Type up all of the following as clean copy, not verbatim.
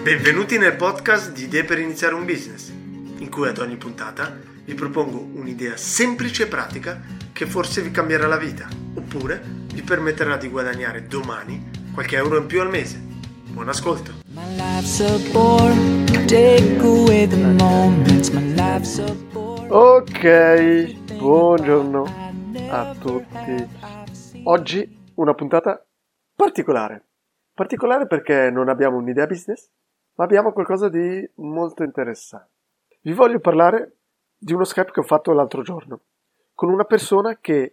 Benvenuti nel podcast di Idee per iniziare un business, in cui ad ogni puntata vi propongo un'idea semplice e pratica che forse vi cambierà la vita, oppure vi permetterà di guadagnare domani qualche euro in più al mese. Buon ascolto! Ok, buongiorno a tutti. Oggi una puntata particolare perché non abbiamo un'idea business, ma abbiamo qualcosa di molto interessante. Vi voglio parlare di uno Skype che ho fatto l'altro giorno con una persona che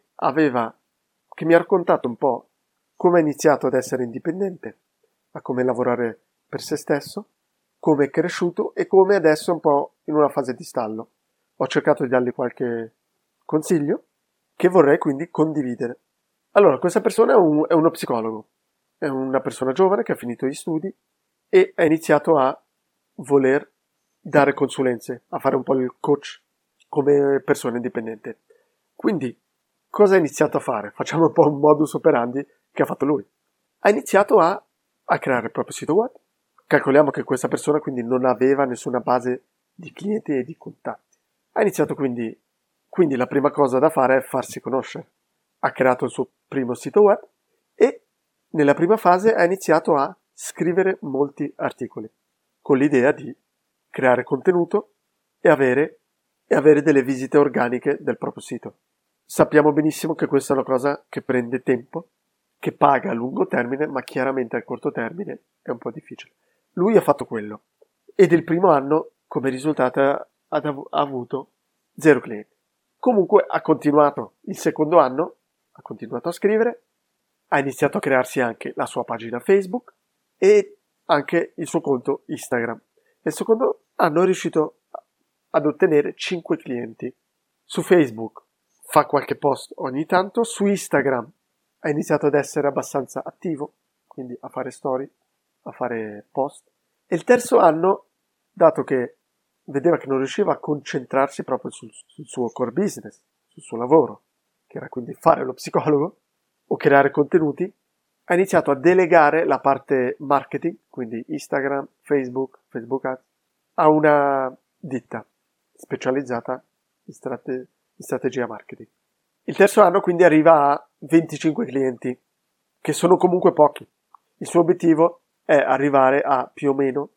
mi ha raccontato un po' come ha iniziato ad essere indipendente, a come lavorare per se stesso, come è cresciuto e come adesso è un po' in una fase di stallo. Ho cercato di dargli qualche consiglio che vorrei quindi condividere. Allora, questa persona è uno psicologo, è una persona giovane che ha finito gli studi e ha iniziato a voler dare consulenze, a fare un po' il coach come persona indipendente. Quindi, cosa ha iniziato a fare? Facciamo un po' un modus operandi che ha fatto lui. Ha iniziato a creare il proprio sito web. Calcoliamo che questa persona quindi non aveva nessuna base di clienti e di contatti. Ha iniziato quindi la prima cosa da fare è farsi conoscere. Ha creato il suo primo sito web e nella prima fase ha iniziato a scrivere molti articoli con l'idea di creare contenuto e avere delle visite organiche del proprio sito. Sappiamo benissimo che questa è una cosa che prende tempo, che paga a lungo termine, ma chiaramente a corto termine è un po' difficile. Lui ha fatto quello ed il primo anno come risultato ha avuto 0 clienti. Comunque ha continuato il secondo anno, ha continuato a scrivere, ha iniziato a crearsi anche la sua pagina Facebook e anche il suo conto Instagram. Nel secondo anno è riuscito ad ottenere 5 clienti. Su Facebook fa qualche post ogni tanto, su Instagram ha iniziato ad essere abbastanza attivo, quindi a fare story, a fare post. E il terzo anno, dato che vedeva che non riusciva a concentrarsi proprio sul suo core business, sul suo lavoro, che era quindi fare lo psicologo o creare contenuti, ha iniziato a delegare la parte marketing, quindi Instagram, Facebook Ads, a una ditta specializzata in strategia marketing. Il terzo anno quindi arriva a 25 clienti, che sono comunque pochi. Il suo obiettivo è arrivare a più o meno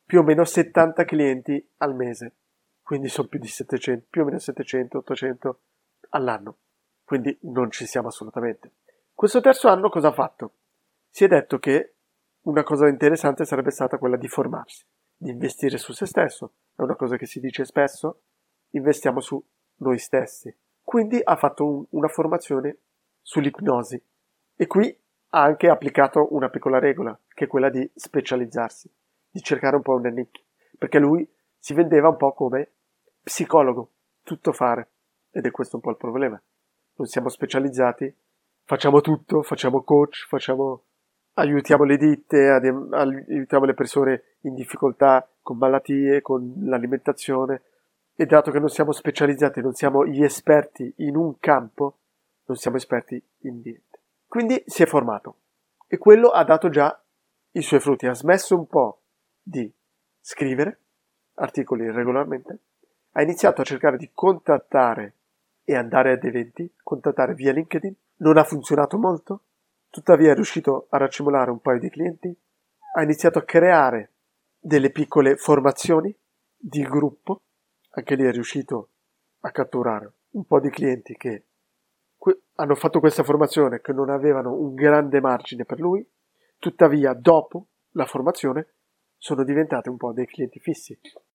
70 clienti al mese, quindi sono più o meno 700, 800 all'anno, quindi non ci siamo assolutamente. Questo terzo anno cosa ha fatto? Si è detto che una cosa interessante sarebbe stata quella di formarsi, di investire su se stesso, è una cosa che si dice spesso, investiamo su noi stessi. Quindi ha fatto una formazione sull'ipnosi e qui ha anche applicato una piccola regola, che è quella di specializzarsi, di cercare un po' una nicchia, perché lui si vendeva un po' come psicologo, tutto fare, ed è questo un po' il problema. Non siamo specializzati, facciamo tutto, facciamo coach, aiutiamo le ditte, aiutiamo le persone in difficoltà con malattie, con l'alimentazione, e dato che non siamo specializzati, non siamo gli esperti in un campo, non siamo esperti in niente. Quindi si è formato e quello ha dato già i suoi frutti. Ha smesso un po' di scrivere articoli regolarmente, ha iniziato a cercare di contattare e andare ad eventi, contattare via LinkedIn. Non ha funzionato molto, tuttavia è riuscito a raccimolare un paio di clienti, ha iniziato a creare delle piccole formazioni di gruppo, anche lì è riuscito a catturare un po' di clienti che hanno fatto questa formazione, che non avevano un grande margine per lui, tuttavia dopo la formazione sono diventati un po' dei clienti fissi.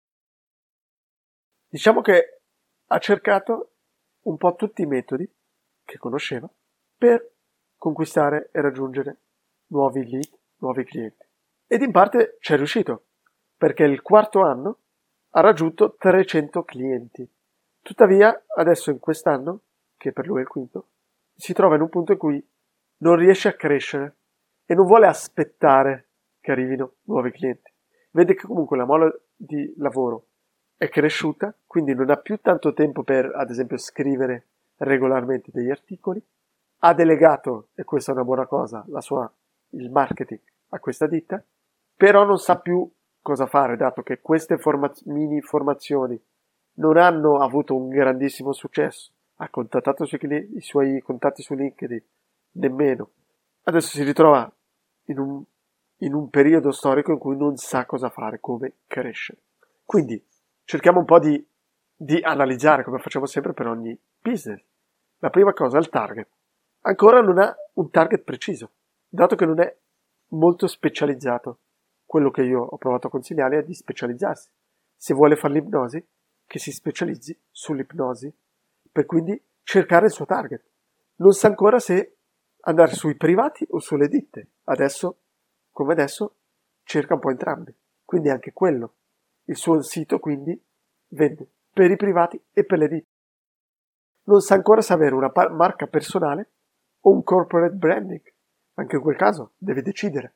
Diciamo che ha cercato un po' tutti i metodi che conosceva per conquistare e raggiungere nuovi lead, nuovi clienti. Ed in parte ci è riuscito, perché il quarto anno ha raggiunto 300 clienti. Tuttavia, adesso in quest'anno, che per lui è il quinto, si trova in un punto in cui non riesce a crescere e non vuole aspettare che arrivino nuovi clienti. Vede che comunque la mole di lavoro è cresciuta, quindi non ha più tanto tempo per, ad esempio, scrivere regolarmente degli articoli. Ha delegato, e questa è una buona cosa, il marketing a questa ditta, però non sa più cosa fare, dato che queste mini formazioni non hanno avuto un grandissimo successo. Ha contattato i suoi contatti su LinkedIn, nemmeno. Adesso si ritrova in un periodo storico in cui non sa cosa fare, come crescere. Quindi cerchiamo un po' di analizzare, come facciamo sempre per ogni business. La prima cosa, il target. Ancora non ha un target preciso, dato che non è molto specializzato. Quello che io ho provato a consigliare è di specializzarsi. Se vuole fare l'ipnosi, che si specializzi sull'ipnosi, per quindi cercare il suo target. Non sa ancora se andare sui privati o sulle ditte. Adesso, come adesso, cerca un po' entrambi. Quindi anche quello. Il suo sito quindi vende per i privati e per le ditte. Non sa ancora se avere una marca personale o un corporate branding. Anche in quel caso deve decidere.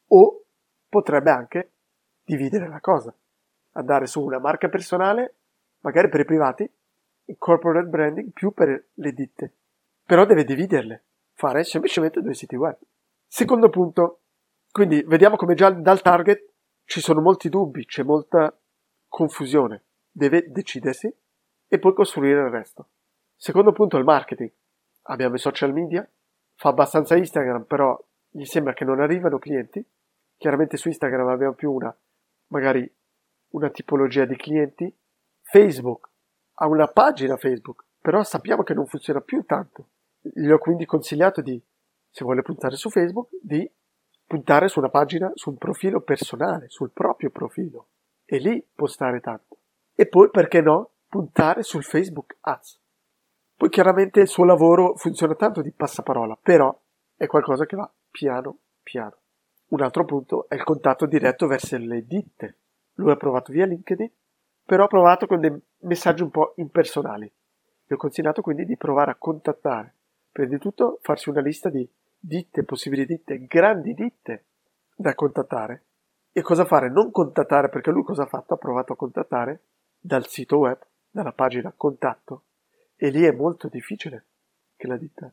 O potrebbe anche dividere la cosa. Andare su una marca personale, magari per i privati, il corporate branding più per le ditte. Però deve dividerle. Fare semplicemente 2 siti web. Secondo punto. Quindi vediamo come già dal target ci sono molti dubbi, c'è molta confusione. Deve decidersi e poi costruire il resto. Secondo punto, il marketing. Abbiamo i social media, fa abbastanza Instagram, però gli sembra che non arrivano clienti. Chiaramente su Instagram abbiamo più magari una tipologia di clienti. Facebook ha una pagina Facebook, però sappiamo che non funziona più tanto. Gli ho quindi consigliato se vuole puntare su Facebook, di puntare su una pagina, su un profilo personale, sul proprio profilo, e lì postare tanto. E poi, perché no, puntare sul Facebook Ads. Poi chiaramente il suo lavoro funziona tanto di passaparola, però è qualcosa che va piano piano. Un altro punto è il contatto diretto verso le ditte. Lui ha provato via LinkedIn, però ha provato con dei messaggi un po' impersonali. Gli ho consigliato quindi di provare a contattare. Prima di tutto farsi una lista di ditte, possibili ditte, grandi ditte da contattare. E cosa fare? Non contattare, perché lui cosa ha fatto? Ha provato a contattare dal sito web, dalla pagina contatto, e lì è molto difficile che la ditta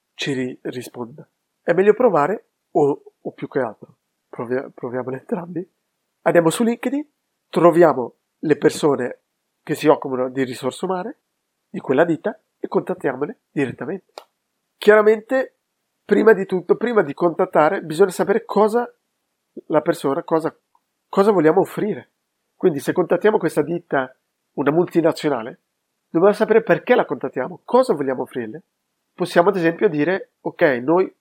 ci risponda. È meglio provare, o più che altro, proviamo entrambi. Andiamo su LinkedIn, troviamo le persone che si occupano di risorse umane di quella ditta e contattiamole direttamente. Chiaramente, prima di tutto, prima di contattare, bisogna sapere cosa la persona, cosa vogliamo offrire. Quindi se contattiamo questa ditta, una multinazionale, dobbiamo sapere perché la contattiamo, cosa vogliamo offrirle. Possiamo ad esempio dire, ok,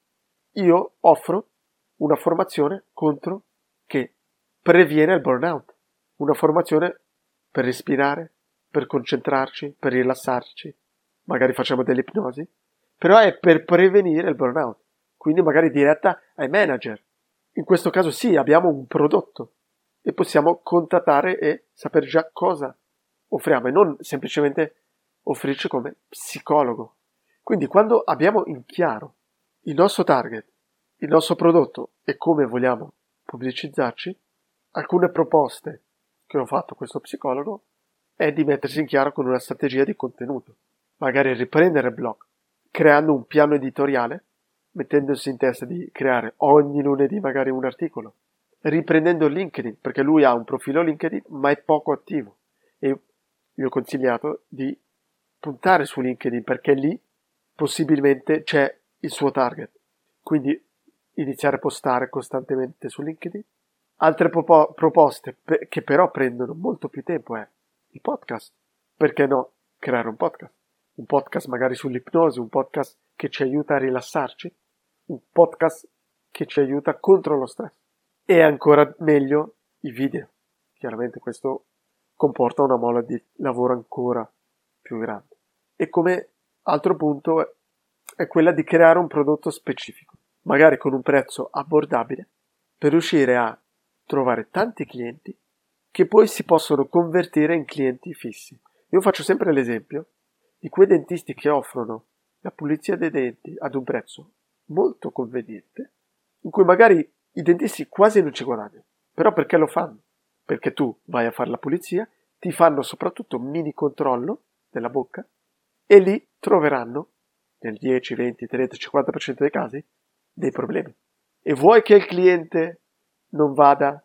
io offro una formazione contro che previene il burnout, una formazione per respirare, per concentrarci, per rilassarci, magari facciamo dell'ipnosi, però è per prevenire il burnout, quindi magari diretta ai manager. In questo caso sì, abbiamo un prodotto e possiamo contattare e sapere già cosa offriamo e non semplicemente offrirci come psicologo. Quindi quando abbiamo in chiaro il nostro target, il nostro prodotto e come vogliamo pubblicizzarci, alcune proposte che ho fatto a questo psicologo è di mettersi in chiaro con una strategia di contenuto, magari riprendere il blog, creando un piano editoriale, mettendosi in testa di creare ogni lunedì magari un articolo, riprendendo LinkedIn, perché lui ha un profilo LinkedIn ma è poco attivo e gli ho consigliato di puntare su LinkedIn perché lì possibilmente c'è il suo target, quindi iniziare a postare costantemente su LinkedIn. Altre proposte che però prendono molto più tempo è il podcast. Perché no creare un podcast? Un podcast magari sull'ipnosi, un podcast che ci aiuta a rilassarci, un podcast che ci aiuta contro lo stress. E ancora meglio i video. Chiaramente questo comporta una mole di lavoro ancora più grande. E come altro punto è quella di creare un prodotto specifico, magari con un prezzo abbordabile, per riuscire a trovare tanti clienti che poi si possono convertire in clienti fissi. Io faccio sempre l'esempio di quei dentisti che offrono la pulizia dei denti ad un prezzo molto conveniente, in cui magari i dentisti quasi non ci guadagnano. Però perché lo fanno? Perché tu vai a fare la pulizia, ti fanno soprattutto un mini controllo della bocca e lì troveranno, nel 10, 20, 30, 50% dei casi, dei problemi. E vuoi che il cliente non vada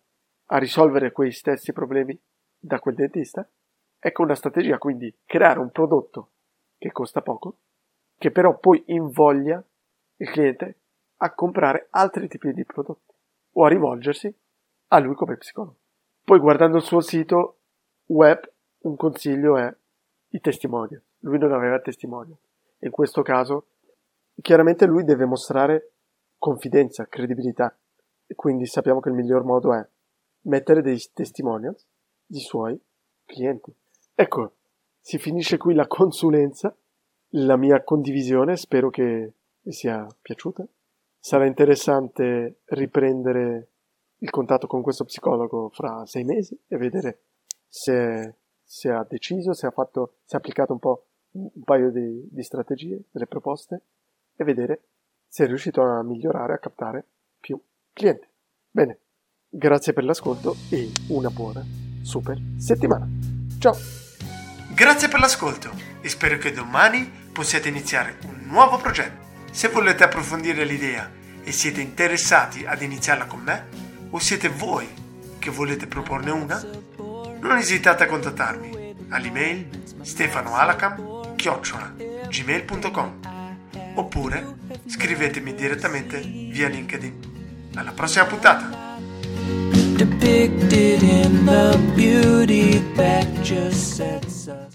a risolvere quei stessi problemi da quel dentista. Ecco una strategia, quindi creare un prodotto che costa poco, che però poi invoglia il cliente a comprare altri tipi di prodotti o a rivolgersi a lui come psicologo. Poi guardando il suo sito web, un consiglio è i testimonial. Lui non aveva testimonial. In questo caso, chiaramente lui deve mostrare confidenza, credibilità. E quindi sappiamo che il miglior modo è mettere dei testimonials di suoi clienti. Ecco, si finisce qui la consulenza, la mia condivisione, spero che vi sia piaciuta. Sarà interessante riprendere il contatto con questo psicologo fra 6 mesi e vedere se ha deciso, se ha applicato un paio di strategie, delle proposte, e vedere se è riuscito a migliorare, a captare più clienti. Bene, grazie per l'ascolto e una buona super settimana. Ciao! Grazie per l'ascolto e spero che domani possiate iniziare un nuovo progetto. Se volete approfondire l'idea e siete interessati ad iniziarla con me, o siete voi che volete proporne una, non esitate a contattarmi all'email stefanoalacam@gmail.com oppure scrivetemi direttamente via LinkedIn. Alla prossima puntata! Depicted in the beauty that just sets us